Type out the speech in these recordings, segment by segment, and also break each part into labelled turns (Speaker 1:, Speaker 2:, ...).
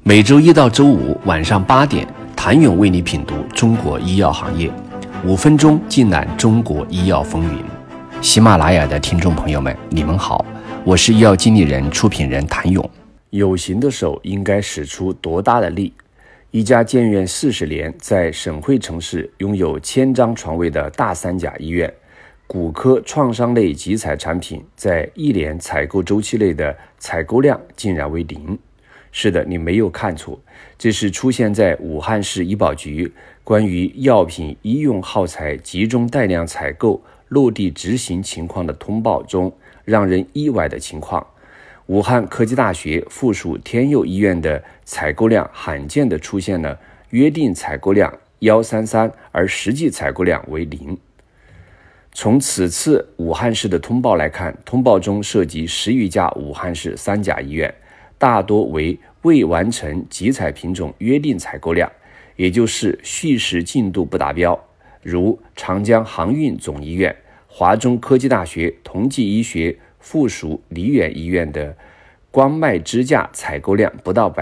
Speaker 1: 每周一到周五晚上8点，谭勇为你品读中国医药行业，5分钟尽览中国医药风云。喜马拉雅的听众朋友们，你们好，我是医药经理人、出品人谭勇。有形的手应该使出多大的力？一家建院40年，在省会城市拥有1000张床位的大三甲医院，骨科创伤类集采产品在1年采购周期内的采购量竟然为0。是的，你没有看错，这是出现在武汉市医保局关于药品医用耗材集中带量采购落地执行情况的通报中让人意外的情况。武汉科技大学附属天佑医院的采购量罕见地出现了约定采购量133，而实际采购量为0。从此次武汉市的通报来看，通报中涉及10余家武汉市3甲医院，大多为未完成集采品种约定采购量，也就是续时进度不达标，如长江航运总医院、华中科技大学同济医学附属梨园医院的光脉支架采购量不到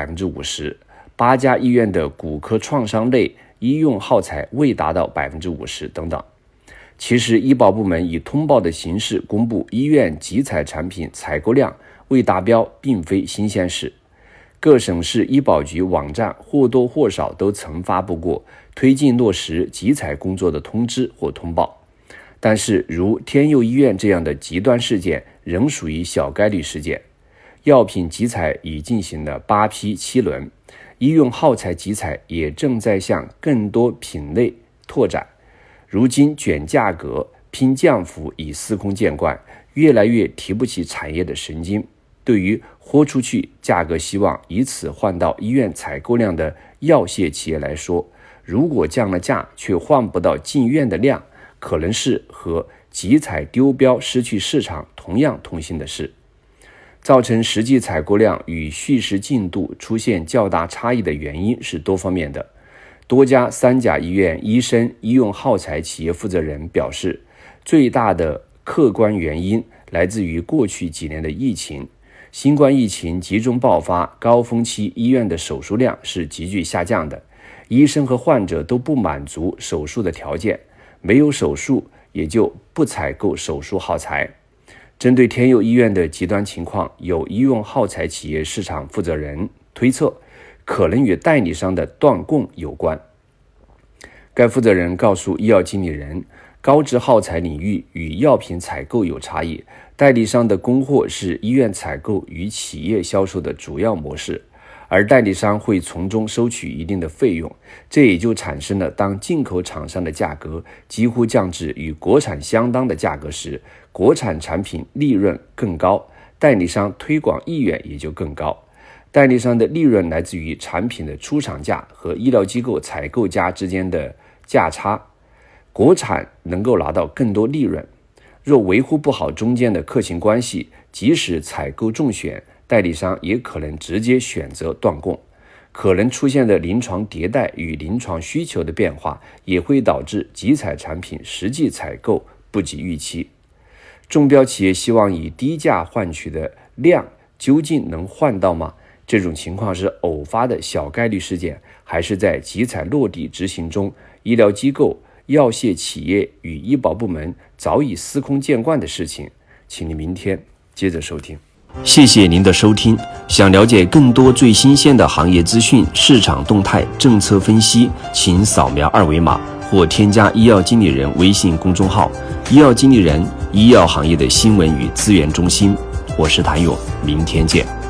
Speaker 1: 50%，8家医院的骨科创伤类医用耗材未达到 50% 等等。其实医保部门以通报的形式公布医院集采产品采购量未达标并非新鲜事，各省市医保局网站或多或少都曾发布过推进落实集采工作的通知或通报，但是如天佑医院这样的极端事件仍属于小概率事件。药品集采已进行了8批7轮，医用耗材集采也正在向更多品类拓展。如今卷价格、拼降幅已司空见惯，越来越提不起产业的神经。对于豁出去价格希望以此换到医院采购量的药械企业来说，如果降了价却换不到进院的量，可能是和集采丢标失去市场同样痛心的事。造成实际采购量与续时进度出现较大差异的原因是多方面的。多家3甲医院医生、医用耗材企业负责人表示，最大的客观原因来自于过去几年的疫情。新冠疫情集中爆发高峰期，医院的手术量是急剧下降的，医生和患者都不满足手术的条件，没有手术也就不采购手术耗材。针对天佑医院的极端情况，有医用耗材企业市场负责人推测，可能与代理商的断供有关。该负责人告诉医药经理人，高值耗材领域与药品采购有差异，代理商的供货是医院采购与企业销售的主要模式，而代理商会从中收取一定的费用，这也就产生了当进口厂商的价格几乎降至与国产相当的价格时，国产产品利润更高，代理商推广意愿也就更高。代理商的利润来自于产品的出厂价和医疗机构采购价之间的价差，国产能够拿到更多利润。若维护不好中间的客情关系，即使采购中选，代理商也可能直接选择断供。可能出现的临床迭代与临床需求的变化，也会导致集采产品实际采购不及预期。中标企业希望以低价换取的量，究竟能换到吗？这种情况是偶发的小概率事件，还是在集采落地执行中，医疗机构、药械企业与医保部门早已司空见惯的事情？请你明天接着收听。谢谢您的收听。想了解更多最新鲜的行业资讯、市场动态、政策分析，请扫描2维码或添加医药经理人微信公众号“医药经理人”，医药行业的新闻与资源中心。我是谭勇，明天见。